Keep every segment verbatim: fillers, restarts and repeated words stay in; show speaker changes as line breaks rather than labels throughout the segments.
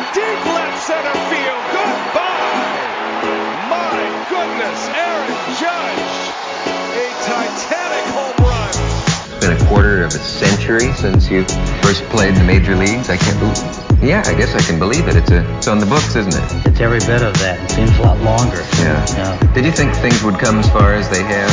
deep left center field. Goodbye. My goodness, Aaron Judge. A titanic home run.
It's been a quarter of a century since you first played in the major leagues. I can't believe. Yeah, I guess I can believe it. It's a, it's on the books, isn't it?
It's every bit of that. It seems a lot longer.
Yeah.
Yeah.
Did you think things would come as far as they have?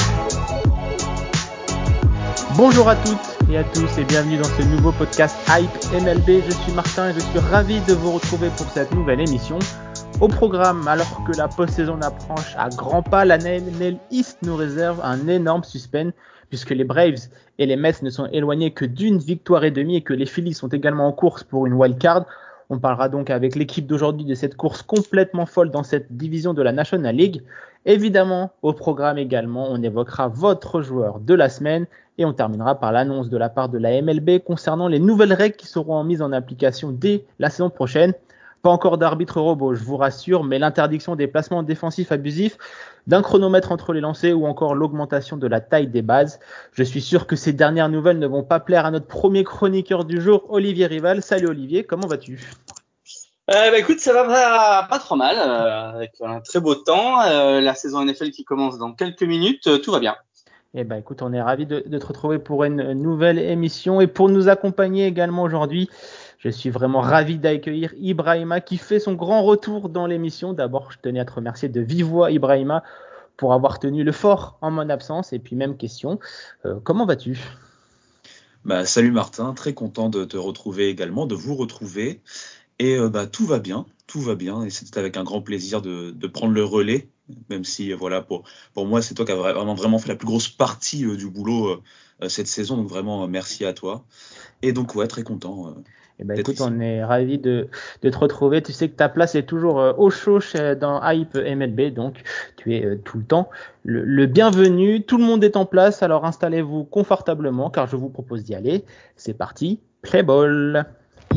Bonjour à toutes et à tous et bienvenue dans ce nouveau podcast Hype M L B. Je suis Martin et je suis ravi de vous retrouver pour cette nouvelle émission. Au programme, alors que la post-saison approche à grands pas, la N L East nous réserve un énorme suspense puisque les Braves et les Mets ne sont éloignés que d'une victoire et demie et que les Phillies sont également en course pour une wild card. On parlera donc avec l'équipe d'aujourd'hui de cette course complètement folle dans cette division de la National League. Évidemment, au programme également, on évoquera votre joueur de la semaine et on terminera par l'annonce de la part de la M L B concernant les nouvelles règles qui seront mises en application dès la saison prochaine. Pas encore d'arbitre robot, je vous rassure, mais l'interdiction des placements défensifs abusifs, d'un chronomètre entre les lancers ou encore l'augmentation de la taille des bases. Je suis sûr que ces dernières nouvelles ne vont pas plaire à notre premier chroniqueur du jour, Olivier Rival. Salut Olivier, comment vas-tu ?
Euh, bah écoute, ça va pas, pas trop mal, euh, avec un très beau temps, euh, la saison N F L qui commence dans quelques minutes, euh, tout va bien.
Eh ben écoute, on est ravis de, de te retrouver pour une nouvelle émission et pour nous accompagner également aujourd'hui, je suis vraiment ravi d'accueillir Ibrahima qui fait son grand retour dans l'émission. D'abord, je tenais à te remercier de vive voix Ibrahima pour avoir tenu le fort en mon absence et puis même question, euh, comment vas-tu ?
Bah, salut Martin, très content de te retrouver également, de vous retrouver. Et euh, bah, tout va bien, tout va bien. Et c'est avec un grand plaisir de, de prendre le relais, même si euh, voilà, pour, pour moi, c'est toi qui as vraiment, vraiment fait la plus grosse partie euh, du boulot euh, cette saison. Donc vraiment, euh, merci à toi. Et donc, ouais, très content. Euh,
Eh ben,
d'être
écoute,
ici.
on est ravis de, de te retrouver. Tu sais que ta place est toujours euh, au chaud chez, dans Hype M L B, donc tu es euh, tout le temps le, le bienvenu. Tout le monde est en place, alors installez-vous confortablement car je vous propose d'y aller. C'est parti, play ball.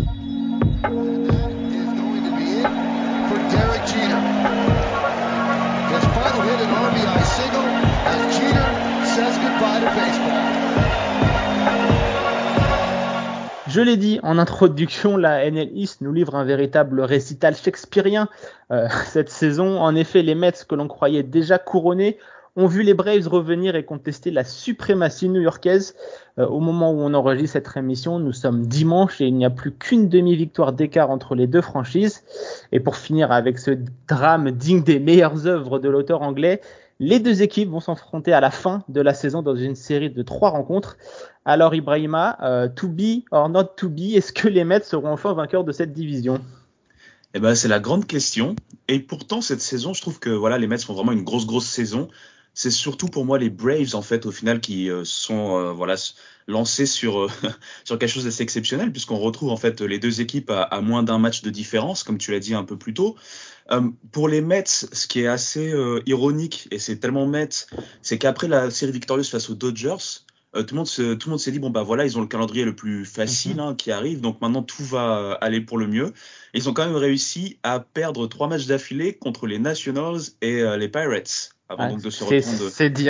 Je l'ai dit en introduction, la N L East nous livre un véritable récital shakespearien euh, cette saison. En effet, les Mets que l'on croyait déjà couronnés ont vu les Braves revenir et contester la suprématie new-yorkaise. Euh, au moment où on enregistre cette émission, nous sommes dimanche et il n'y a plus qu'une demi-victoire d'écart entre les deux franchises. Et pour finir avec ce drame digne des meilleures œuvres de l'auteur anglais, les deux équipes vont s'affronter à la fin de la saison dans une série de trois rencontres. Alors Ibrahima, euh, to be or not to be, est-ce que les Mets seront enfin vainqueurs de cette division ?
Eh ben, c'est la grande question. Et pourtant, cette saison, je trouve que voilà, les Mets font vraiment une grosse, grosse saison. C'est surtout pour moi les Braves, en fait, au final, qui euh, sont euh, voilà, lancés sur, euh, sur quelque chose d'assez exceptionnel, puisqu'on retrouve en fait les deux équipes à, à moins d'un match de différence, comme tu l'as dit un peu plus tôt. Euh, pour les Mets, ce qui est assez euh, ironique, et c'est tellement Mets, c'est qu'après la série victorieuse face aux Dodgers, euh, tout le monde se, tout le monde s'est dit bon bah voilà, ils ont le calendrier le plus facile hein, qui arrive, donc maintenant tout va euh, aller pour le mieux. Et ils ont quand même réussi à perdre trois matchs d'affilée contre les Nationals et euh, les Pirates, avant
Ouais,
donc de se
c'est,
reprendre.
c'est dire.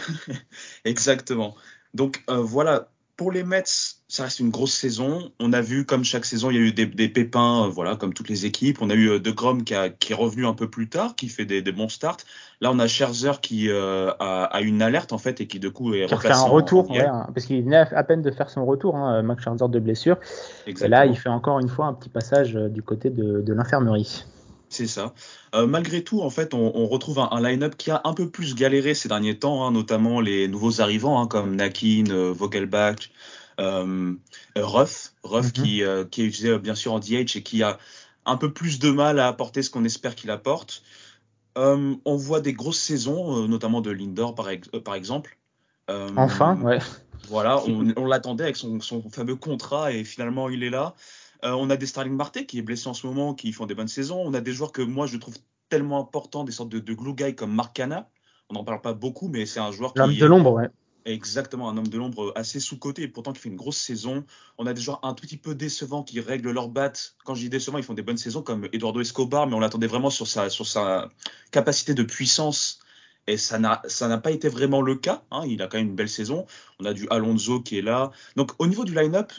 Exactement. Donc euh, voilà, pour les Mets, ça reste une grosse saison. On a vu, comme chaque saison, il y a eu des, des pépins, euh, voilà, comme toutes les équipes. On a eu euh, DeGrom qui, a, qui est revenu un peu plus tard, qui fait des, des bons starts. Là, on a Scherzer qui euh, a, a une alerte en fait et qui de coup est
Qui refait un
replacé en, en
retour,
I
ouais,
L.
hein, parce qu'il venait à peine de faire son retour, hein, Max Scherzer de blessure. Et là, il
Exactement.
fait encore une fois un petit passage euh, du côté de, de l'infirmerie.
C'est ça. Euh, malgré tout, en fait, on, on retrouve un, un line-up qui a un peu plus galéré ces derniers temps, hein, notamment les nouveaux arrivants hein, comme Nakin, euh, Vogelbach, euh, euh, Ruff, Ruff
Mm-hmm.
qui, euh, qui est utilisé euh, bien sûr en D H et qui a un peu plus de mal à apporter ce qu'on espère qu'il apporte. Euh, on voit des grosses saisons, euh, notamment de Lindor par, ex- euh, par exemple.
Enfin,
Euh,
ouais.
voilà, on, on l'attendait avec son, son fameux contrat et finalement il est là. Euh, on a des Starling Marte qui est blessé en ce moment, qui font des bonnes saisons. On a des joueurs que moi je trouve tellement importants, des sortes de, de glue guys comme Mark Canha. On n'en parle pas beaucoup, mais c'est un joueur
L'homme
qui
de
est
l'ombre, ouais.
exactement un homme de l'ombre assez sous-coté et pourtant qui fait une grosse saison. On a des joueurs un tout petit peu décevants qui règlent leur batte. Quand je dis décevants, ils font des bonnes saisons comme Eduardo Escobar, mais on l'attendait vraiment sur sa, sur sa capacité de puissance. Et ça n'a, ça n'a pas été vraiment le cas. Hein. Il a quand même une belle saison. On a du Alonso qui est là. Donc au niveau du line-up,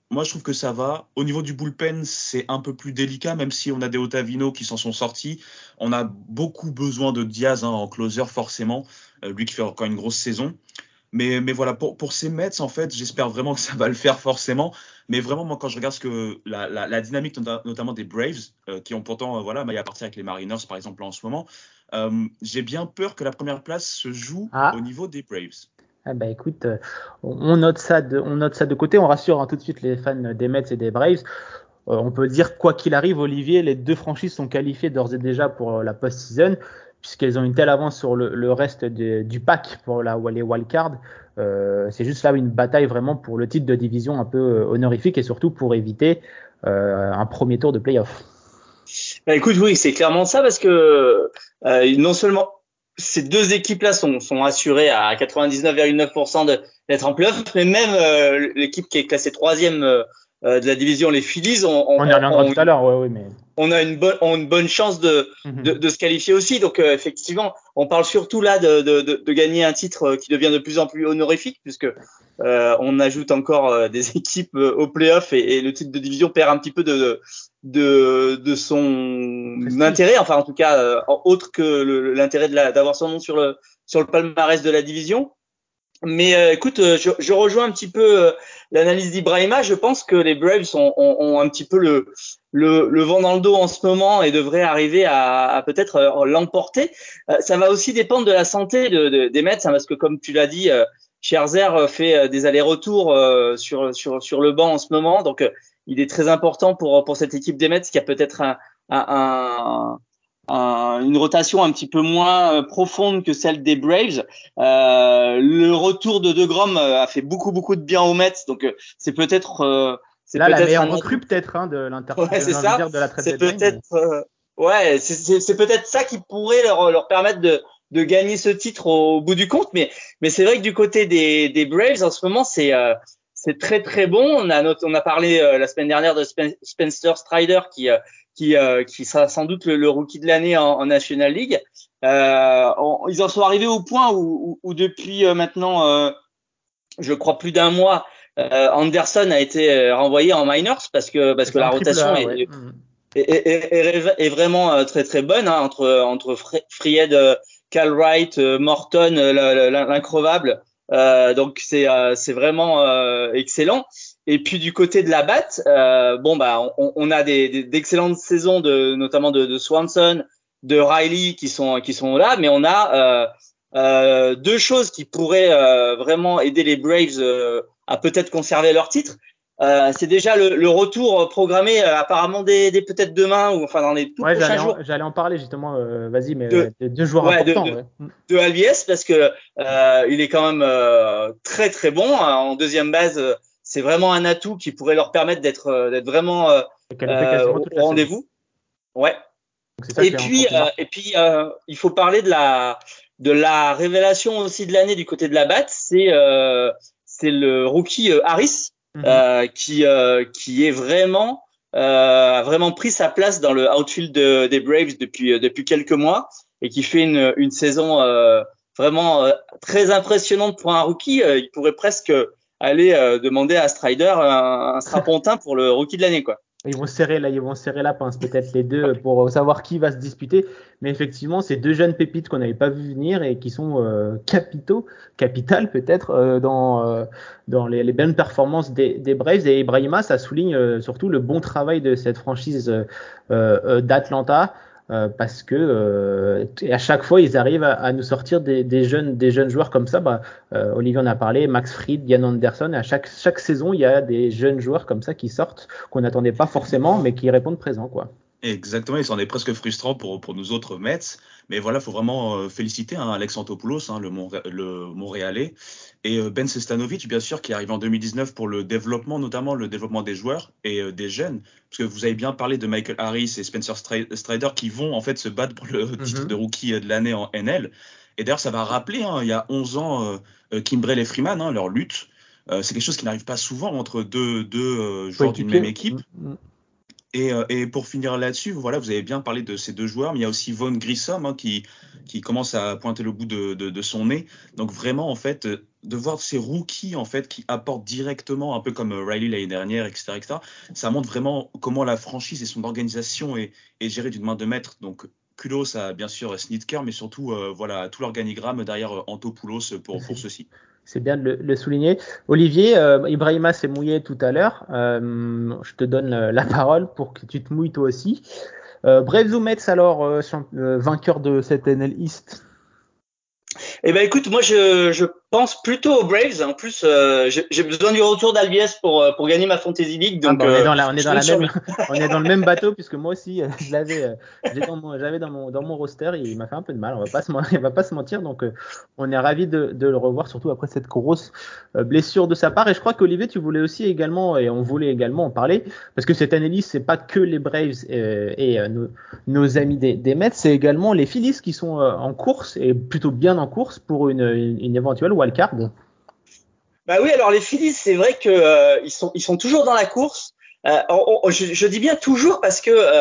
moi, je trouve que ça va. Au niveau du bullpen, c'est un peu plus délicat, même si on a des Ottavino qui s'en sont sortis. On a beaucoup besoin de Diaz hein, en closer, forcément. Euh, lui qui fait encore une grosse saison. Mais, mais voilà, pour, pour ces Mets, en fait, j'espère vraiment que ça va le faire forcément. Mais vraiment, moi, quand je regarde ce que la, la, la dynamique, nota- notamment des Braves, euh, qui ont pourtant, euh, voilà, maille à partir avec les Mariners, par exemple, en ce moment, euh, j'ai bien peur que la première place se joue
Ah,
au niveau des Braves.
ah bah écoute, euh, on on note ça de, on note ça de côté. On rassure hein, tout de suite les fans des Mets et des Braves. Euh, on peut dire, quoi qu'il arrive, Olivier, les deux franchises sont qualifiées d'ores et déjà pour euh, la post-season, puisqu'elles ont une telle avance sur le, le reste de- du pack pour la, les wildcards. Euh, c'est juste là une bataille vraiment pour le titre de division un peu euh, honorifique et surtout pour éviter euh, un premier tour de playoff.
Bah, écoute, oui, c'est clairement ça parce que euh, non seulement ces deux équipes-là sont, sont assurées à quatre-vingt-dix-neuf virgule neuf pour cent de, d'être en playoff, mais même euh, l'équipe qui est classée troisième euh, euh, de la division, les Phillies, ont, ont,
On y reviendra
ont,
tout à l'heure, ouais, ouais, mais.
on a une bonne, ont une bonne chance de, de, de se qualifier aussi. Donc euh, effectivement, on parle surtout là de, de, de, de gagner un titre qui devient de plus en plus honorifique, puisque euh, on ajoute encore euh, des équipes euh, au playoff et, et le titre de division perd un petit peu de, de, de son
Prestige.
intérêt, enfin en tout cas euh, autre que le, l'intérêt de la, d'avoir son nom sur le, sur le palmarès de la division. Mais euh, écoute, euh, je, je rejoins un petit peu euh, l'analyse d'Ibrahima. Je pense que les Braves ont, ont, ont un petit peu le, le, le vent dans le dos en ce moment et devraient arriver à, à peut-être euh, l'emporter. Euh, ça va aussi dépendre de la santé de, de, des Mets, hein, parce que comme tu l'as dit, euh, Scherzer fait euh, des allers-retours euh, sur, sur, sur le banc en ce moment. Donc, euh, il est très important pour, pour cette équipe des Mets qui a peut-être un, un, un un, une rotation un petit peu moins profonde que celle des Braves. Euh, le retour de DeGrom a fait beaucoup beaucoup de bien aux Mets, donc euh, c'est peut-être euh, c'est
Là, la
peut-être
meilleure
un
recrue
atout.
peut-être hein, de l'inter,
Ouais,
de,
c'est
j'ai envie de
ça.
dire de la trade
C'est
deadline. Mais...
peut-être euh, ouais, c'est, c'est, c'est peut-être ça qui pourrait leur leur permettre de de gagner ce titre au, au bout du compte. Mais mais c'est vrai que du côté des des Braves en ce moment c'est euh, c'est très très bon. On a notre, on a parlé euh, la semaine dernière de Spen- Spencer Strider qui euh, qui euh, qui sera sans doute le, le rookie de l'année en, en National League. Euh, on, ils en sont arrivés au point où, où, où depuis euh, maintenant, euh, je crois plus d'un mois, euh, Anderson a été euh, renvoyé en minors parce que parce que
c'est en
la
triple
rotation
A,
est,
ouais.
est, est, est, est vraiment euh, très très bonne hein, entre entre Fried, euh, Cal Wright, euh, Morton, euh, l'increvable. Euh, donc c'est euh, c'est vraiment euh, excellent. Et puis du côté de la batte, euh, bon bah on, on a des, des d'excellentes saisons de notamment de, de Swanson, de Riley qui sont qui sont là, mais on a euh, euh, deux choses qui pourraient euh, vraiment aider les Braves euh, à peut-être conserver leur titre. Euh, c'est déjà le, le retour programmé euh, apparemment dès, dès peut-être demain ou enfin dans les tout
Ouais,
prochains
j'allais
jours
en, j'allais en parler justement. Euh, vas-y, mais
de
ouais, de deux joueurs
ouais de
importants.
de,
Ouais.
de Albies parce que euh, il est quand même euh, très très bon hein. En deuxième base. Euh, c'est vraiment un atout qui pourrait leur permettre d'être euh, d'être vraiment euh,
Et qu'elle le fait
euh,
quasiment
au,
toute
au
la saison.
rendez-vous. Ouais.
Donc c'est ça
Et
qui est
puis
encore plus
euh,
marquant.
et puis euh, il faut parler de la de la révélation aussi de l'année du côté de la batte, c'est euh, c'est le rookie euh, Harris
Mm-hmm.
euh, qui euh, qui est vraiment euh, a vraiment pris sa place dans le outfield de, des Braves depuis depuis quelques mois et qui fait une une saison euh, vraiment euh, très impressionnante pour un rookie. Euh, il pourrait presque aller euh, demander à Strider un, un strapontin pour le rookie de l'année quoi.
Ils vont serrer là, ils vont serrer la pince peut-être les deux pour savoir qui va se disputer. Mais effectivement, c'est deux jeunes pépites qu'on n'avait pas vu venir et qui sont euh, capitaux, capitales peut-être euh, dans euh, dans les, les bonnes performances des, des Braves. Et Ibrahima, ça souligne euh, surtout le bon travail de cette franchise euh, euh, d'Atlanta. Euh, parce que euh, à chaque fois ils arrivent à, à nous sortir des, des jeunes des jeunes joueurs comme ça. Bah, euh, Olivier en a parlé, Max Fried, Ian Anderson. Et à chaque chaque saison il y a des jeunes joueurs comme ça qui sortent qu'on n'attendait pas forcément, mais qui répondent présent, quoi.
Exactement, il s'en est presque frustrant pour, pour nous autres Mets. Mais voilà, il faut vraiment euh, féliciter hein, Alex Anthopoulos, hein, le, Monré- le Montréalais, et euh, Ben Sestanovic, bien sûr, qui est arrivé en deux mille dix-neuf pour le développement, notamment le développement des joueurs et euh, des jeunes. Parce que vous avez bien parlé de Michael Harris et Spencer Stri- Strider qui vont en fait se battre pour le titre de
Mm-hmm.
rookie de l'année en N L. Et d'ailleurs, ça va rappeler, hein, il y a onze ans, euh, Kimbrel et Freeman, hein, leur lutte. Euh, c'est quelque chose qui n'arrive pas souvent entre deux, deux euh, joueurs d'une
Coéquipier.
même équipe.
Mm-hmm.
Et, euh, et pour finir là-dessus, voilà, vous avez bien parlé de ces deux joueurs, mais il y a aussi Vaughn Grissom hein, qui, qui commence à pointer le bout de, de, de son nez. Donc vraiment, en fait, euh, de voir ces rookies en fait qui apportent directement, un peu comme euh, Riley l'année dernière, et cetera, et cetera, ça montre vraiment comment la franchise et son organisation est, est gérée d'une main de maître. Donc kudos à bien sûr Snitker, mais surtout euh, voilà tout l'organigramme derrière euh, Antopoulos pour, pour ceci.
C'est bien de le, le souligner. Olivier, euh, Ibrahima s'est mouillé tout à l'heure. Euh, je te donne la, la parole pour que tu te mouilles toi aussi. Euh, Braves ou Mets alors, euh, champ- euh, vainqueur de cette N L East?
Eh ben écoute, moi je, je pense plutôt aux Braves. En plus, euh, j'ai, j'ai besoin du retour d'Albies pour euh, pour gagner ma Fantasy League,
Ah
donc
bah on est
euh,
dans la, on est
je
dans la
compte sur
même,
lui.
on est dans le même bateau puisque moi aussi euh, je l'avais, euh, j'ai dans mon, j'avais dans mon, dans mon roster et il m'a fait un peu de mal. On va pas se, men- on va pas se mentir. Donc euh, on est ravi de, de le revoir, surtout après cette grosse euh, blessure de sa part. Et je crois qu'Olivier, tu voulais aussi également et on voulait également en parler parce que cette analyse c'est pas que les Braves euh, et euh, nos, nos amis des, des Mets, c'est également les Phillies qui sont euh, en course et plutôt bien en course pour une, une, une éventuelle wildcard.
Bah oui, alors les Phillies, c'est vrai que euh, ils sont ils sont toujours dans la course. Euh, on- on- je, je dis bien toujours parce que euh,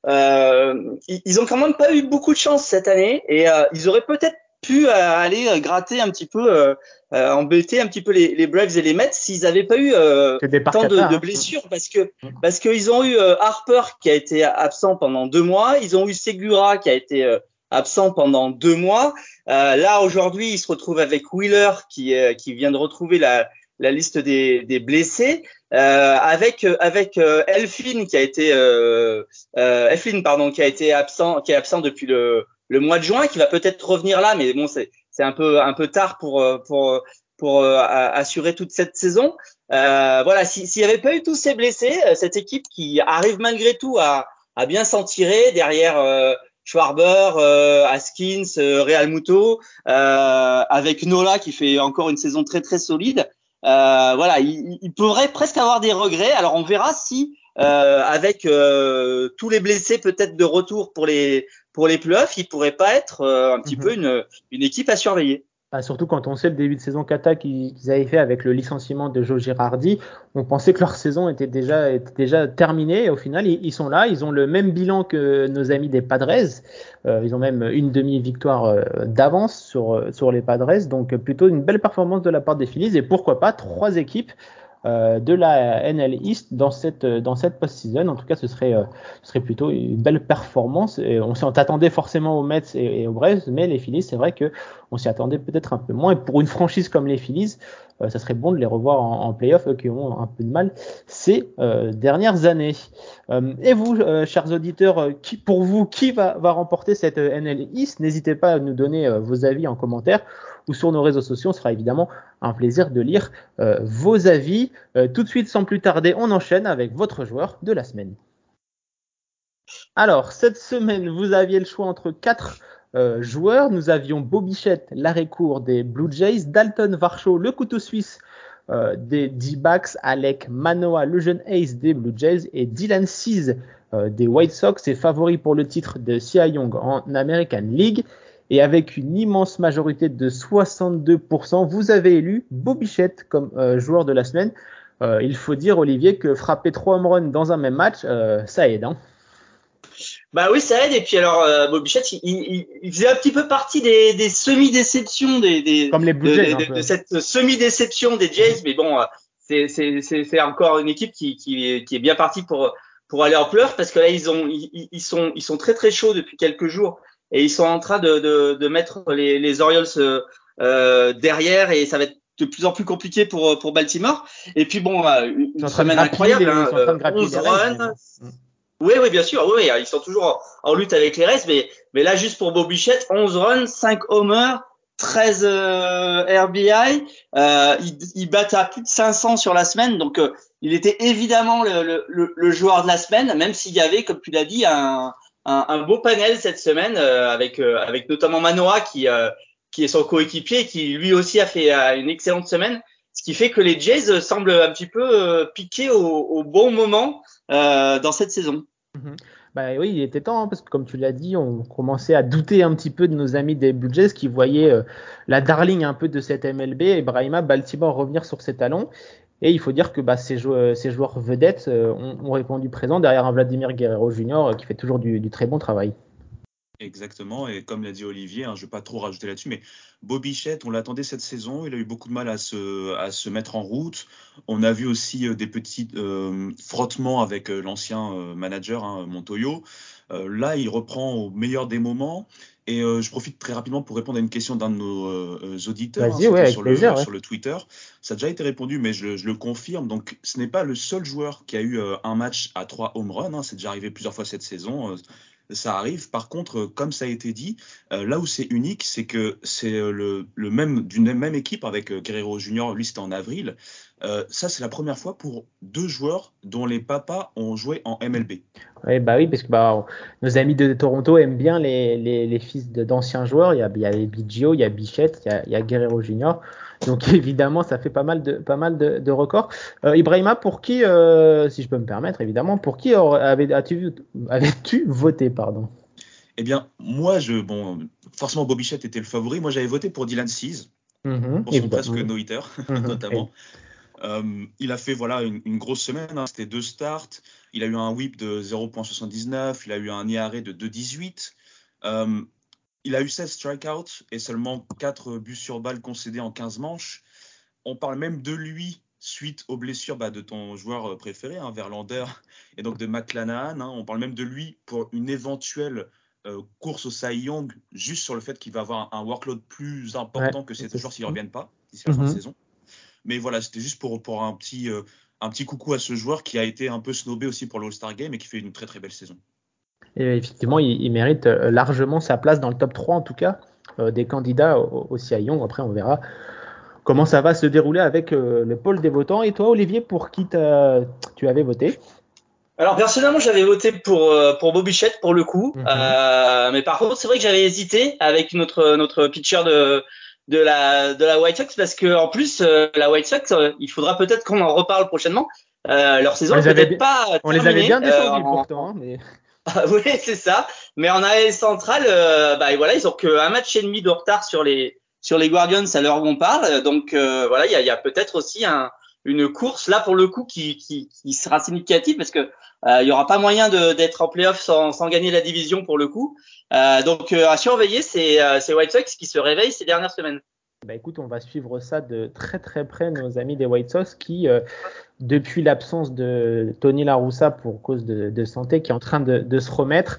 euh, ils, ils ont quand même pas eu beaucoup de chance cette année et euh, ils auraient peut-être pu euh, aller euh, gratter un petit peu, euh, euh, embêter un petit peu les, les Braves et les Mets s'ils avaient pas eu euh,
C'est départ
tant de,
Qatar.
de
Hein.
blessures parce que parce qu'ils ont eu euh, Harper qui a été absent pendant deux mois, ils ont eu Segura qui a été euh, absent pendant deux mois. Euh, là aujourd'hui, il se retrouve avec Wheeler qui euh, qui vient de retrouver la la liste des, des blessés, euh, avec avec euh, Elfin qui a été euh, euh, Eflin pardon qui a été absent qui est absent depuis le le mois de juin, qui va peut-être revenir là, mais bon c'est c'est un peu un peu tard pour pour pour euh, assurer toute cette saison. Euh, voilà, si, s'il n'y avait pas eu tous ces blessés, cette équipe qui arrive malgré tout à à bien s'en tirer derrière. Euh, Schwarber, euh, Haskins, euh, Real Muto, euh, avec Nola qui fait encore une saison très très solide. Euh, voilà, il, il pourrait presque avoir des regrets. Alors on verra si euh, avec euh, tous les blessés peut-être de retour pour les pour les playoffs, il pourrait pas être euh, un petit
Mm-hmm.
peu une une équipe à surveiller.
Bah, surtout quand on sait le début de saison Kata qu'ils, qu'ils avaient fait avec le licenciement de Joe Girardi, on pensait que leur saison était déjà, était déjà terminée. Et au final, ils, ils sont là, ils ont le même bilan que nos amis des Padres. Euh, ils ont même une demi-victoire euh, d'avance sur, sur les Padres. Donc plutôt une belle performance de la part des Phillies. Et pourquoi pas trois équipes euh, de la N L East dans cette, dans cette post-season. En tout cas, ce serait, euh, ce serait plutôt une belle performance. Et on s'y attendait forcément aux Mets et, et aux Braves, mais les Phillies, c'est vrai que on s'y attendait peut-être un peu moins. Et pour une franchise comme les Phillies, euh, ça serait bon de les revoir en, en playoff, eux qui ont un peu de mal ces euh, dernières années. Euh, et vous, euh, chers auditeurs, euh, qui, pour vous, qui va, va remporter cette euh, N L East? N'hésitez pas à nous donner euh, vos avis en commentaire ou sur nos réseaux sociaux. Ce sera évidemment un plaisir de lire euh, vos avis. Euh, tout de suite, sans plus tarder, on enchaîne avec votre joueur de la semaine. Alors, cette semaine, vous aviez le choix entre quatre euh, joueurs. Nous avions Bo Bichette, l'arrêt-court des Blue Jays, Dalton Varsho, le couteau suisse euh, des D-backs, Alec Manoah, le jeune ace des Blue Jays, et Dylan Cease euh, des White Sox, est favori pour le titre de Cy Young en American League. Et avec une immense majorité de soixante-deux pour cent, vous avez élu Bo Bichette comme euh, joueur de la semaine. Euh, il faut dire, Olivier, que frapper trois home runs dans un même match, euh, ça aide. Hein.
Bah oui, ça aide. Et puis alors, euh, Bobby Bichette, il, il, il faisait un petit peu partie des, des semi-déceptions des, des
Comme les Blue
de,
Jays,
de,
un
de,
peu.
de cette semi-déception des Jays. Mais bon, euh, c'est c'est c'est c'est encore une équipe qui qui est, qui est bien partie pour pour aller en pleurs parce que là ils ont ils, ils sont ils sont très très chauds depuis quelques jours et ils sont en train de de, de mettre les les Orioles euh, derrière et ça va être de plus en plus compliqué pour pour Baltimore. Et puis bon, euh, une, une semaine incroyable,
les,
hein,
ils sont en train de grappiller
onze
les Rays,
runs. Oui, oui, bien sûr. Oui, ils sont toujours en, en lutte avec les restes, mais, mais là, juste pour Bo Bichette, onze runs, cinq homers, treize euh, R B I. Euh, ils, ils battent à plus de cinq cents sur la semaine, donc euh, il était évidemment le, le, le joueur de la semaine, même s'il y avait, comme tu l'as dit, un, un, un beau panel cette semaine euh, avec euh, avec notamment Manoah qui euh, qui est son coéquipier, qui lui aussi a fait euh, une excellente semaine. Ce qui fait que les Jays semblent un petit peu euh, piquer au, au bon moment euh, dans cette saison.
Mmh. Bah oui, il était temps, hein, parce que comme tu l'as dit, on commençait à douter un petit peu de nos amis des Blue Jays qui voyaient euh, la darling un peu de cette M L B, et Brahima Baltimore revenir sur ses talons. Et il faut dire que bah, ces, joueurs, ces joueurs vedettes euh, ont, ont répondu présent derrière un Vladimir Guerrero junior euh, qui fait toujours du, du très bon travail.
Exactement, et comme l'a dit Olivier, hein, je ne vais pas trop rajouter là-dessus, mais Bobby Chet, on l'attendait cette saison, il a eu beaucoup de mal à se, à se mettre en route. On a vu aussi euh, des petits euh, frottements avec euh, l'ancien euh, manager, hein, Montoyo. Euh, là, il reprend au meilleur des moments. Et euh, je profite très rapidement pour répondre à une question d'un de nos euh, auditeurs, hein,
Vas-y, ouais,
c'était
avec
sur
plaisir.
le,
Ouais.
sur le Twitter. Ça a déjà été répondu, mais je, je le confirme. Donc, ce n'est pas le seul joueur qui a eu euh, un match à trois home runs, hein, c'est déjà arrivé plusieurs fois cette saison. Euh, Ça arrive. Par contre, comme ça a été dit, euh, là où c'est unique, c'est que c'est euh, le, le même d'une même équipe avec euh, Guerrero junior. Lui, c'était en avril. Euh, ça, c'est la première fois pour deux joueurs dont les papas ont joué en M L B.
Ouais, bah oui, parce que bah, nos amis de Toronto aiment bien les, les, les fils de, d'anciens joueurs. Il y a, il y a Biggio, il y a Bichette, il y a, il y a Guerrero junior. Donc évidemment, ça fait pas mal de, pas mal de, de records. Euh, Ibrahima, pour qui, euh, si je peux me permettre, évidemment, pour qui avais, as-tu, avais-tu voté, pardon?
Eh bien, moi, je, bon, forcément, Bobby Chet était le favori. Moi, j'avais voté pour Dylan Cease,
Mm-hmm,
pour son presque
évidemment.
no-hitter,
Mm-hmm.
notamment. Euh, il a fait voilà une, une grosse semaine, hein. C'était deux starts. Il a eu un whip de zéro virgule soixante-dix-neuf. Il a eu un E R A de deux virgule dix-huit. Euh, il a eu seize strikeouts et seulement quatre buts sur balle concédés en quinze manches. On parle même de lui suite aux blessures bah, de ton joueur préféré, hein, Verlander, et donc de McClanahan. Hein. On parle même de lui pour une éventuelle euh, course au Cy Young, juste sur le fait qu'il va avoir un, un workload plus
Ouais,
important que ces deux
c'est
joueurs
ça.
s'ils ne reviennent pas d'ici la fin de
Mm-hmm.
saison. Mais voilà, c'était juste pour, pour un, petit, euh, un petit coucou à ce joueur qui a été un peu snobé aussi pour l'All-Star Game et qui fait une très très belle saison.
Et effectivement, il, il mérite euh, largement sa place dans le top trois, en tout cas, euh, des candidats au, au Cy Young. Après, on verra comment ça va se dérouler avec euh, le pôle des votants. Et toi, Olivier, pour qui tu avais voté?
Alors personnellement, j'avais voté pour euh, pour Bobby Chet pour le coup,
Mm-hmm.
euh, mais par contre, c'est vrai que j'avais hésité avec notre notre pitcher de de la de la White Sox parce que en plus euh, la White Sox, euh, il faudra peut-être qu'on en reparle prochainement. Euh, leur
On
saison est
les avait
peut-être
bien,
pas
on les avait
terminée.
bien
Euh,
descendus
en,
pourtant, hein, mais
Ah, oui, c'est ça. Mais en A L centrale, euh, bah et voilà, ils ont qu'un match et demi de retard sur les sur les Guardians à l'heure où on parle. Donc euh, voilà, il y a, il y a peut-être aussi un, une course là pour le coup qui qui, qui sera significative parce que euh, il y aura pas moyen de d'être en playoff sans sans gagner la division pour le coup. Euh, donc euh, à surveiller, c'est euh, c'est White Sox qui se réveillent ces dernières semaines.
bah, écoute, on va suivre ça de très très près, nos amis des White Sox qui, euh, depuis l'absence de Tony La Russa pour cause de, de santé, qui est en train de, de se remettre,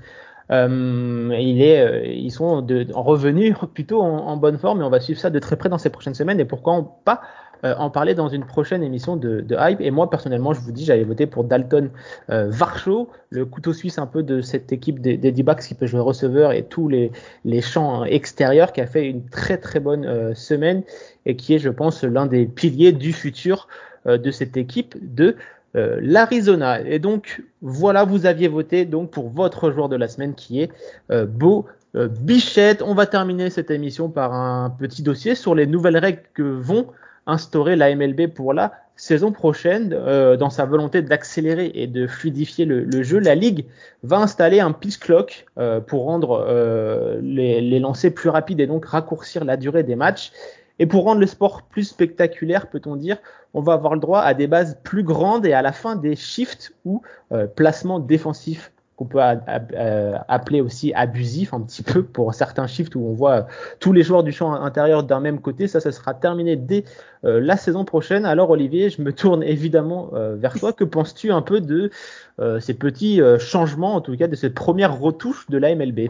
euh, il est, euh, ils sont de, en revenus plutôt en, en bonne forme et on va suivre ça de très près dans ces prochaines semaines et pourquoi on, pas euh, en parler dans une prochaine émission de, de Hype. Et moi personnellement, je vous dis, j'avais voté pour Dalton euh, Varsho, le couteau suisse un peu de cette équipe des, des D-backs qui peut jouer receveur et tous les, les champs extérieurs, qui a fait une très très bonne euh, semaine et qui est, je pense, l'un des piliers du futur euh, de cette équipe de euh, l'Arizona. Et donc, voilà, vous aviez voté donc pour votre joueur de la semaine qui est euh, Beau euh, Bichette. On va terminer cette émission par un petit dossier sur les nouvelles règles que vont instaurer la M L B pour la saison prochaine. Euh, dans sa volonté d'accélérer et de fluidifier le, le jeu, la Ligue va installer un pitch clock euh, pour rendre euh, les, les lancers plus rapides et donc raccourcir la durée des matchs. Et pour rendre le sport plus spectaculaire, peut-on dire, on va avoir le droit à des bases plus grandes et à la fin des shifts ou euh, placements défensifs qu'on peut a, a, a, appeler aussi abusifs un petit peu pour certains shifts où on voit euh, tous les joueurs du champ intérieur d'un même côté. Ça, ça sera terminé dès euh, la saison prochaine. Alors Olivier, je me tourne évidemment euh, vers toi. Que penses-tu un peu de euh, ces petits euh, changements, en tout cas de cette première retouche de la M L B?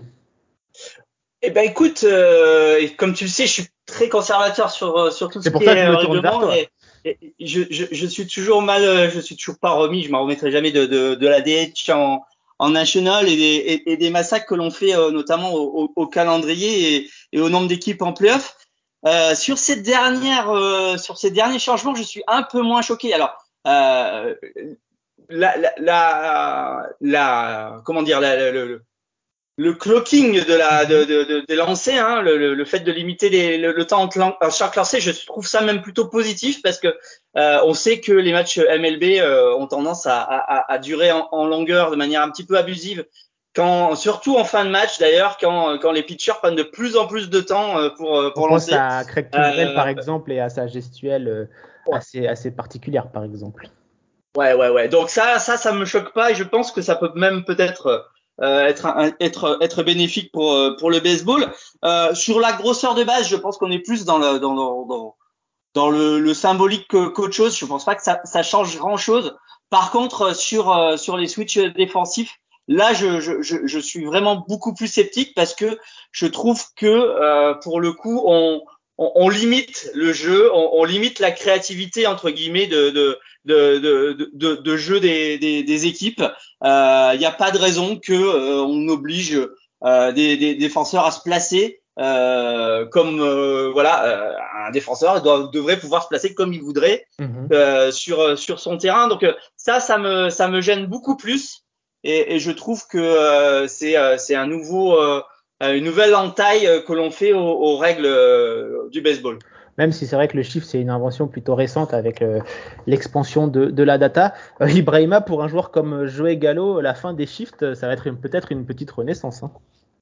Eh ben écoute, euh, comme tu le sais, je suis très conservateur sur sur tout
C'est
ce
pour
qui
ça que
est
je
euh,
me tourne vers
règlement
toi.
et, et je, je, je suis toujours mal, je suis toujours pas remis, je m'en remettrai jamais de de, de la D H en en national et des et, et des massacres que l'on fait euh, notamment au, au, au calendrier et, et au nombre d'équipes en playoff. Euh, sur ces dernières euh, sur ces derniers changements, je suis un peu moins choqué. Alors euh, la, la la la comment dire la, la, la, le clocking de la de, de, de, des lancers, hein, le, le, le fait de limiter les, le, le temps entre en chaque lancer, je trouve ça même plutôt positif parce que euh, on sait que les matchs M L B euh, ont tendance à, à, à durer en, en longueur de manière un petit peu abusive, quand surtout en fin de match d'ailleurs, quand quand les pitchers prennent de plus en plus de temps euh, pour
On
pour
pense
lancer.
à Craig Kimbrell par
Euh,
exemple et à sa gestuelle euh,
Ouais.
assez, assez particulières, par exemple.
Ouais, ouais, ouais. Donc ça, ça, ça me choque pas et je pense que ça peut même peut-être euh, être, un, être, être bénéfique pour pour le baseball. Euh, sur la grosseur de base, je pense qu'on est plus dans le dans dans dans, dans le, le symbolique qu'autre chose. Je pense pas que ça, ça change grand chose. Par contre, sur sur les switches défensifs, là, je, je je je suis vraiment beaucoup plus sceptique parce que je trouve que euh, pour le coup, on on, on limite le jeu, on, on limite la créativité entre guillemets de de de de de, de jeu des, des des équipes. Il euh, n'y a pas de raison que euh, on oblige euh, des, des défenseurs à se placer euh, comme euh, voilà euh, un défenseur doit, devrait pouvoir se placer comme il voudrait
Mm-hmm.
euh, sur sur son terrain. Donc euh, ça ça me ça me gêne beaucoup plus et, et je trouve que euh, c'est euh, c'est un nouveau euh, une nouvelle entaille que l'on fait aux, aux règles euh, du baseball.
Même si c'est vrai que le shift, c'est une invention plutôt récente avec euh, l'expansion de, de la data. Euh, Ibrahima, pour un joueur comme Joey Gallo, la fin des shifts, ça va être une, peut-être une petite renaissance. Hein.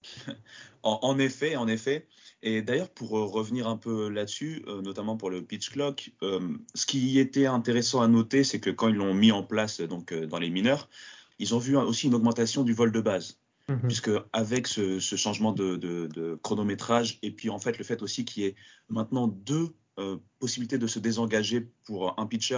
En, en effet, en effet. Et d'ailleurs, pour euh, revenir un peu là-dessus, euh, notamment pour le pitch clock, euh, ce qui était intéressant à noter, c'est que quand ils l'ont mis en place donc euh, dans les mineurs, ils ont vu un- aussi une augmentation du vol de base.
Mm-hmm.
Puisque avec ce, ce changement de, de- de chronométrage et puis en fait le fait aussi qu'il y ait maintenant deux euh, possibilités de se désengager pour un pitcher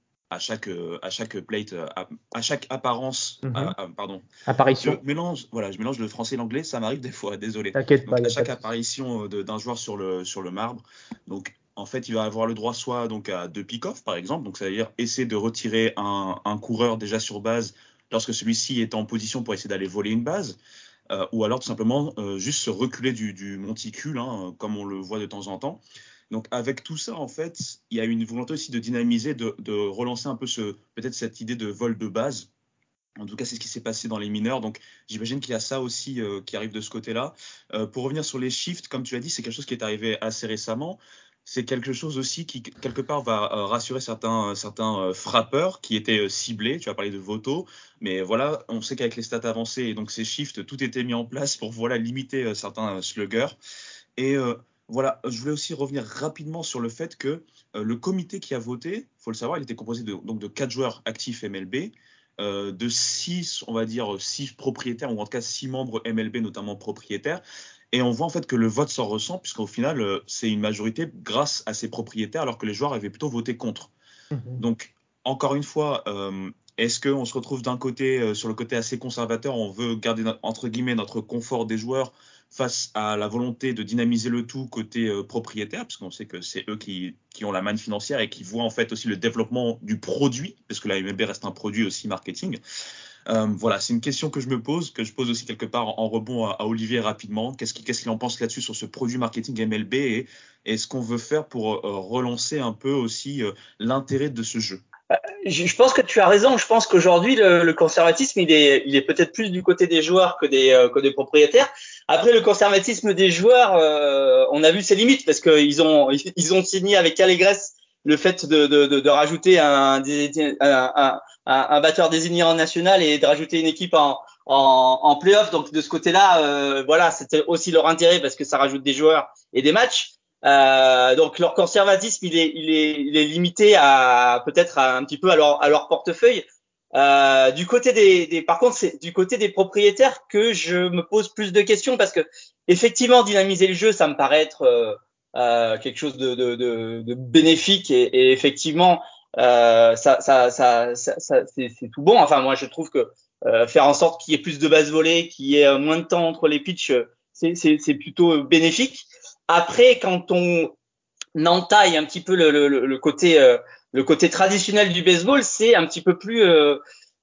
à chaque euh, à chaque plate euh, à, à chaque apparence
Mm-hmm.
à- à- pardon je
Apparition.
mélange voilà je mélange le français et l'anglais, ça m'arrive des fois, désolé.
T'inquiète pas,
Donc
il
à
y a pas
chaque
de souci.
apparition euh, de- d'un joueur sur le sur le marbre, donc en fait il va avoir le droit soit donc à deux pick-off par exemple, donc ça veut dire essayer de retirer un, un coureur déjà sur base lorsque celui-ci est en position pour essayer d'aller voler une base. Euh, ou alors tout simplement euh, juste se reculer du, du monticule, hein, comme on le voit de temps en temps. Donc avec tout ça, en fait, il y a une volonté aussi de dynamiser, de, de relancer un peu ce, peut-être cette idée de vol de base. En tout cas, c'est ce qui s'est passé dans les mineurs. Donc j'imagine qu'il y a ça aussi euh, qui arrive de ce côté-là. Euh, pour revenir sur les shifts, comme tu l'as dit, c'est quelque chose qui est arrivé assez récemment. C'est quelque chose aussi qui, quelque part, va euh, rassurer certains, certains euh, frappeurs qui étaient euh, ciblés. Tu as parlé de Voto, mais voilà, on sait qu'avec les stats avancées et donc ces shifts, tout était mis en place pour voilà, limiter euh, certains euh, sluggers. Et euh, voilà, je voulais aussi revenir rapidement sur le fait que euh, le comité qui a voté, il faut le savoir, il était composé de, donc de quatre joueurs actifs M L B, euh, de six, on va dire, six propriétaires, ou en tout cas six membres M L B, notamment propriétaires. Et on voit en fait que le vote s'en ressent, puisqu'au final, euh, c'est une majorité grâce à ces propriétaires, alors que les joueurs avaient plutôt voté contre.
Mm-hmm.
Donc, encore une fois, euh, est-ce qu'on se retrouve d'un côté, euh, sur le côté assez conservateur, on veut garder, no- entre guillemets, notre confort des joueurs face à la volonté de dynamiser le tout côté euh, propriétaire, parce qu'on sait que c'est eux qui, qui ont la manne financière et qui voient en fait aussi le développement du produit, parce que la M L B reste un produit aussi marketing. Euh, voilà, c'est une question que je me pose, que je pose aussi quelque part en, en rebond à, à Olivier rapidement. Qu'est-ce qu'il qu'est-ce qu'il en pense là-dessus sur ce produit marketing M L B et, et ce qu'on veut faire pour euh, relancer un peu aussi euh, l'intérêt de ce jeu?
Je, je pense que tu as raison. Je pense qu'aujourd'hui le, le conservatisme il est, il est peut-être plus du côté des joueurs que des, euh, que des propriétaires. Après le conservatisme des joueurs, euh, on a vu ses limites parce qu'ils ont, ils ont signé avec allégresse le fait de, de, de, de rajouter un, un, un, un, un batteur désigné en national et de rajouter une équipe en, en, en playoff. Donc de ce côté-là, euh, voilà, c'était aussi leur intérêt parce que ça rajoute des joueurs et des matchs. Euh, donc leur conservatisme il est il est il est limité à peut-être à un petit peu à leur à leur portefeuille. Euh, du côté des, des par contre c'est du côté des propriétaires que je me pose plus de questions parce que effectivement dynamiser le jeu ça me paraît être euh, euh, quelque chose de, de, de, de bénéfique et, et effectivement euh, ça ça ça, ça, ça c'est, c'est tout bon. Enfin moi je trouve que euh, faire en sorte qu'il y ait plus de bases volées, qu'il y ait moins de temps entre les pitchs, c'est c'est, c'est plutôt bénéfique. Après, quand on entaille un petit peu le, le, le côté euh, le côté traditionnel du baseball, c'est un petit peu plus euh,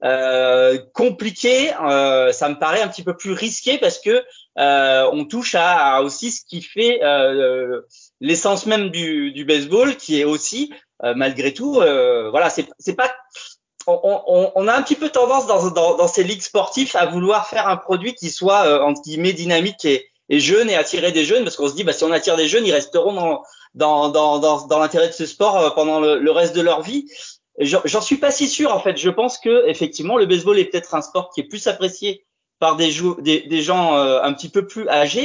euh, compliqué. Euh, ça me paraît un petit peu plus risqué parce que euh, on touche à, à aussi ce qui fait euh, l'essence même du, du baseball, qui est aussi euh, malgré tout, euh, voilà, c'est c'est pas on, on, on, a un petit peu tendance dans, dans, dans ces ligues sportives à vouloir faire un produit qui soit euh, entre guillemets dynamique et, et jeune et attirer des jeunes parce qu'on se dit bah si on attire des jeunes ils resteront dans dans dans dans, dans l'intérêt de ce sport euh, pendant le, le reste de leur vie. J'en, j'en suis pas si sûr en fait. Je pense que effectivement le baseball est peut-être un sport qui est plus apprécié par des jou- des, des gens euh, un petit peu plus âgés.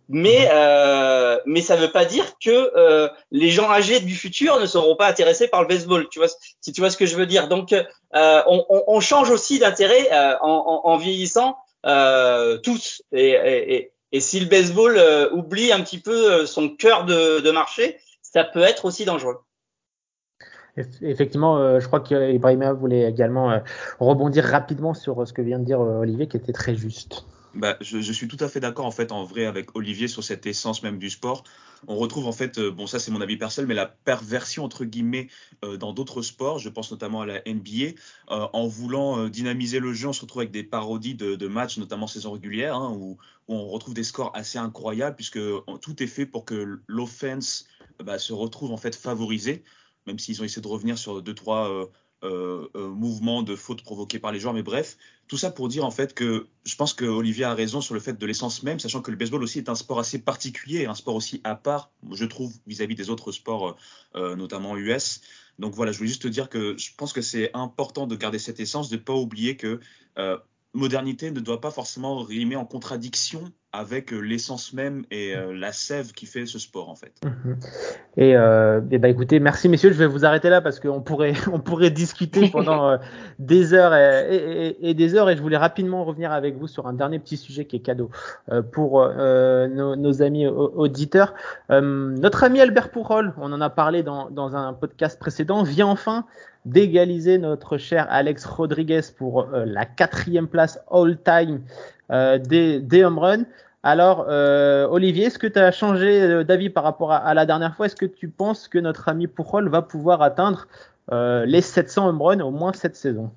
mais euh, mais ça veut pas dire que euh, les gens âgés du futur ne seront pas intéressés par le baseball. Tu vois, si tu vois ce que je veux dire. Donc, euh, on, on, on change aussi d'intérêt euh, en, en, en vieillissant euh, tous. Et, et, et si le baseball euh, oublie un petit peu son cœur de, de marché, ça peut être aussi dangereux.
Effectivement, euh, je crois qu'Ibrahima voulait également euh, rebondir rapidement sur ce que vient de dire euh, Olivier, qui était très juste.
Bah, je, je suis tout à fait d'accord en fait en vrai avec Olivier sur cette essence même du sport. On retrouve en fait, euh, bon ça c'est mon avis personnel, mais la perversion entre guillemets euh, dans d'autres sports. Je pense notamment à la N B A. Euh, en voulant euh, dynamiser le jeu, on se retrouve avec des parodies de, de matchs, notamment saison régulière, hein, où, où on retrouve des scores assez incroyables puisque euh, tout est fait pour que l'offense bah, se retrouve en fait favorisée, même s'ils ont essayé de revenir sur deux trois euh, euh, euh, mouvements de fautes provoqués par les joueurs, mais bref. Tout ça pour dire en fait que je pense que Olivier a raison sur le fait de l'essence même, sachant que le baseball aussi est un sport assez particulier, un sport aussi à part, je trouve, vis-à-vis des autres sports, euh, notamment U S. Donc voilà, je voulais juste te dire que je pense que c'est important de garder cette essence, de ne pas oublier que euh, modernité ne doit pas forcément rimer en contradiction avec euh, l'essence même et euh, la sève qui fait ce sport en fait.
Mmh. Et, euh, et bah écoutez, merci messieurs, je vais vous arrêter là parce qu'on pourrait, on pourrait discuter pendant euh, des heures et, et, et des heures. Et je voulais rapidement revenir avec vous sur un dernier petit sujet qui est cadeau euh, pour euh, nos, nos amis auditeurs. Euh, notre ami Albert Pujol, on en a parlé dans, dans un podcast précédent, vient enfin d'égaliser notre cher Alex Rodriguez pour euh, la quatrième place all-time euh, des, des home runs. Alors, euh, Olivier, est-ce que tu as changé d'avis par rapport à, à la dernière fois? Est-ce que tu penses que notre ami Pujol va pouvoir atteindre euh, les sept cents home runs au moins cette saison?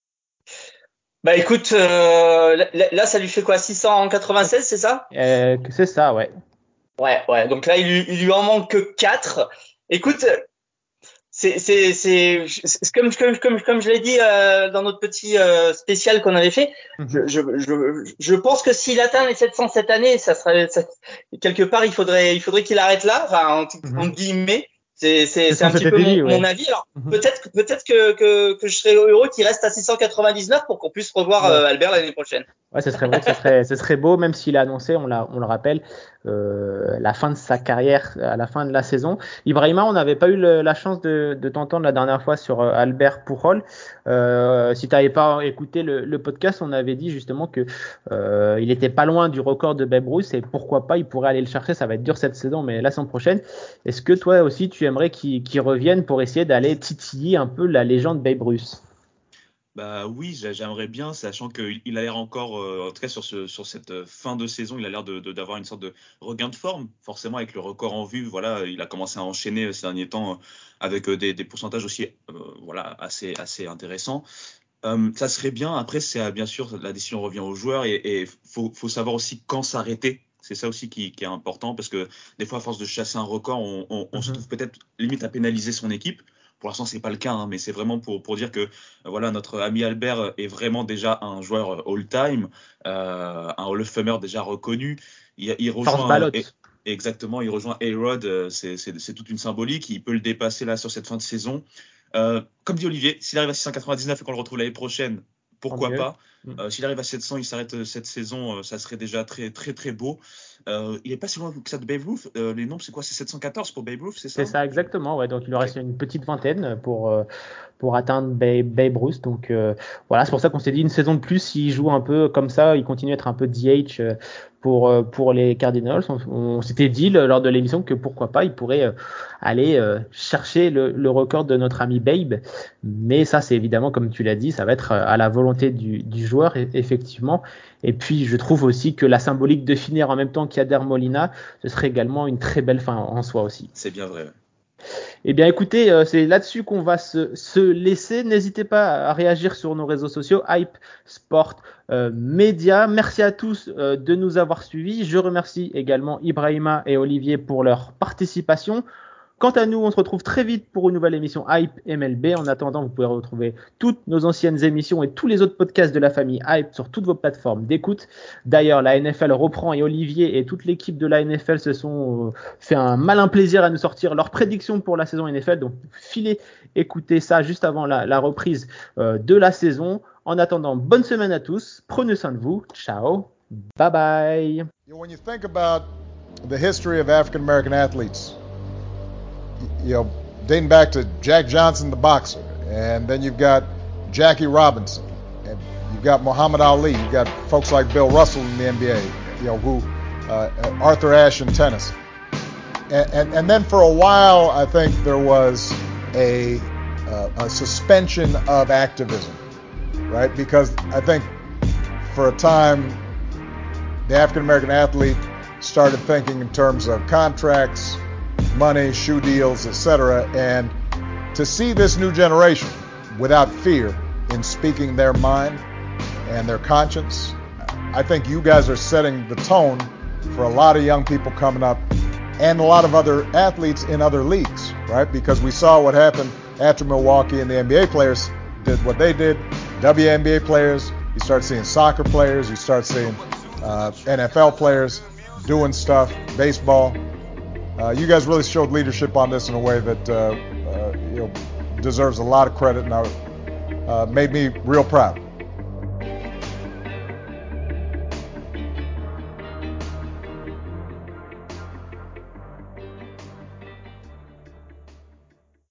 Bah écoute, euh, là, là, ça lui fait quoi, six cent quatre-vingt-seize, c'est ça?
euh, C'est ça, ouais.
Ouais, ouais. Donc là, il lui, il lui en manque que quatre. Écoute, c'est, c'est, c'est, c'est comme, comme, comme, comme je l'ai dit euh, dans notre petit euh, spécial qu'on avait fait.
Mm-hmm.
Je, je, je, je pense que s'il atteint les sept cents cette année, ça serait ça, quelque part, il faudrait, il faudrait qu'il arrête là. Enfin, en,
Mm-hmm.
en guillemets, c'est, c'est,
c'est,
c'est un petit peu
dit,
mon,
ouais.
mon avis. Alors
Mm-hmm.
peut-être, peut-être que, que, que je serais heureux qu'il reste à six cent quatre-vingt-dix-neuf pour qu'on puisse revoir
Ouais.
euh, Albert l'année prochaine.
Ouais, ce serait vrai que ce serait, ce serait beau, même s'il a annoncé, on, l'a, on le rappelle, euh, la fin de sa carrière à la fin de la saison. Ibrahima, on n'avait pas eu le, la chance de, de t'entendre la dernière fois sur euh, Albert Pujol. Euh, si tu n'avais pas écouté le, le podcast, on avait dit justement que euh, il était pas loin du record de Babe Ruth et pourquoi pas, il pourrait aller le chercher. Ça va être dur cette saison, mais la saison prochaine. Est-ce que toi aussi, tu aimerais qu'il, qu'il revienne pour essayer d'aller titiller un peu la légende Babe Ruth?
Bah oui, j'aimerais bien, sachant qu'il a l'air encore, euh, en tout cas sur, ce, sur cette fin de saison, il a l'air de, de, d'avoir une sorte de regain de forme, forcément avec le record en vue. Voilà, il a commencé à enchaîner ces derniers temps euh, avec des, des pourcentages aussi, euh, voilà, assez, assez intéressants. Euh, ça serait bien. Après, c'est bien sûr la décision revient aux joueurs et il faut, faut savoir aussi quand s'arrêter. C'est ça aussi qui, qui est important parce que des fois, à force de chasser un record, on, on, on mm-hmm. se trouve peut-être limite à pénaliser son équipe. Pour l'instant, c'est pas le cas, hein, mais c'est vraiment pour, pour dire que euh, voilà, notre ami Albert est vraiment déjà un joueur all-time, euh, un Hall of Famer déjà reconnu. Il, il rejoint euh, exactement, il rejoint A-Rod. Euh, c'est, c'est, c'est toute une symbolique. Il peut le dépasser là sur cette fin de saison. Euh, comme dit Olivier, s'il arrive à six cent quatre-vingt-dix-neuf et qu'on le retrouve l'année prochaine, pourquoi pas. Euh, s'il arrive à sept cents, il s'arrête cette saison, euh, ça serait déjà très très très beau. Euh, il est pas si loin que ça de Babe Ruth. Euh, les nombres, c'est quoi? C'est sept cent quatorze pour Babe Ruth, c'est ça?
C'est ça, exactement. Ouais. Donc il lui reste okay. une petite vingtaine pour euh, pour atteindre Babe, Babe Ruth. Donc euh, voilà, c'est pour ça qu'on s'est dit une saison de plus, s'il joue un peu comme ça, il continue à être un peu D H euh, pour euh, pour les Cardinals. On, on s'était dit lors de l'émission que pourquoi pas, il pourrait euh, aller euh, chercher le, le record de notre ami Babe. Mais ça, c'est évidemment, comme tu l'as dit, ça va être à la volonté du, du joueur, effectivement. Et puis, je trouve aussi que la symbolique de finir en même temps qu'Yadier Molina, ce serait également une très belle fin en soi aussi.
C'est bien vrai.
Eh bien, écoutez, euh, c'est là-dessus qu'on va se, se laisser. N'hésitez pas à réagir sur nos réseaux sociaux, Hype Sport euh, Média. Merci à tous euh, de nous avoir suivis. Je remercie également Ibrahima et Olivier pour leur participation. Quant à nous, on se retrouve très vite pour une nouvelle émission Hype M L B. En attendant, vous pouvez retrouver toutes nos anciennes émissions et tous les autres podcasts de la famille Hype sur toutes vos plateformes d'écoute. D'ailleurs, la N F L reprend et Olivier et toute l'équipe de la N F L se sont fait un malin plaisir à nous sortir leurs prédictions pour la saison N F L. Donc, filez écoutez ça juste avant la, la reprise euh, de la saison. En attendant, bonne semaine à tous. Prenez soin de vous. Ciao. Bye bye.
the history of African American athletes, you know, dating back to Jack Johnson, the boxer, and then you've got Jackie Robinson, and you've got Muhammad Ali, you've got folks like Bill Russell in the N B A, you know, who uh, Arthur Ashe in tennis, and, and and then for a while, I think there was a uh, a suspension of activism, right? Because I think for a time, the African American athlete started thinking in terms of contracts, money, shoe deals, et cetera. And to see this new generation without fear in speaking their mind and their conscience, I think you guys are setting the tone for a lot of young people coming up and a lot of other athletes in other leagues, right? Because we saw what happened after Milwaukee and the N B A players did what they did. W N B A players, you start seeing soccer players, you start seeing uh, N F L players doing stuff, baseball. Uh, you guys really showed leadership on this in a way that uh, uh, you know deserves a lot of credit, and uh, made me real proud.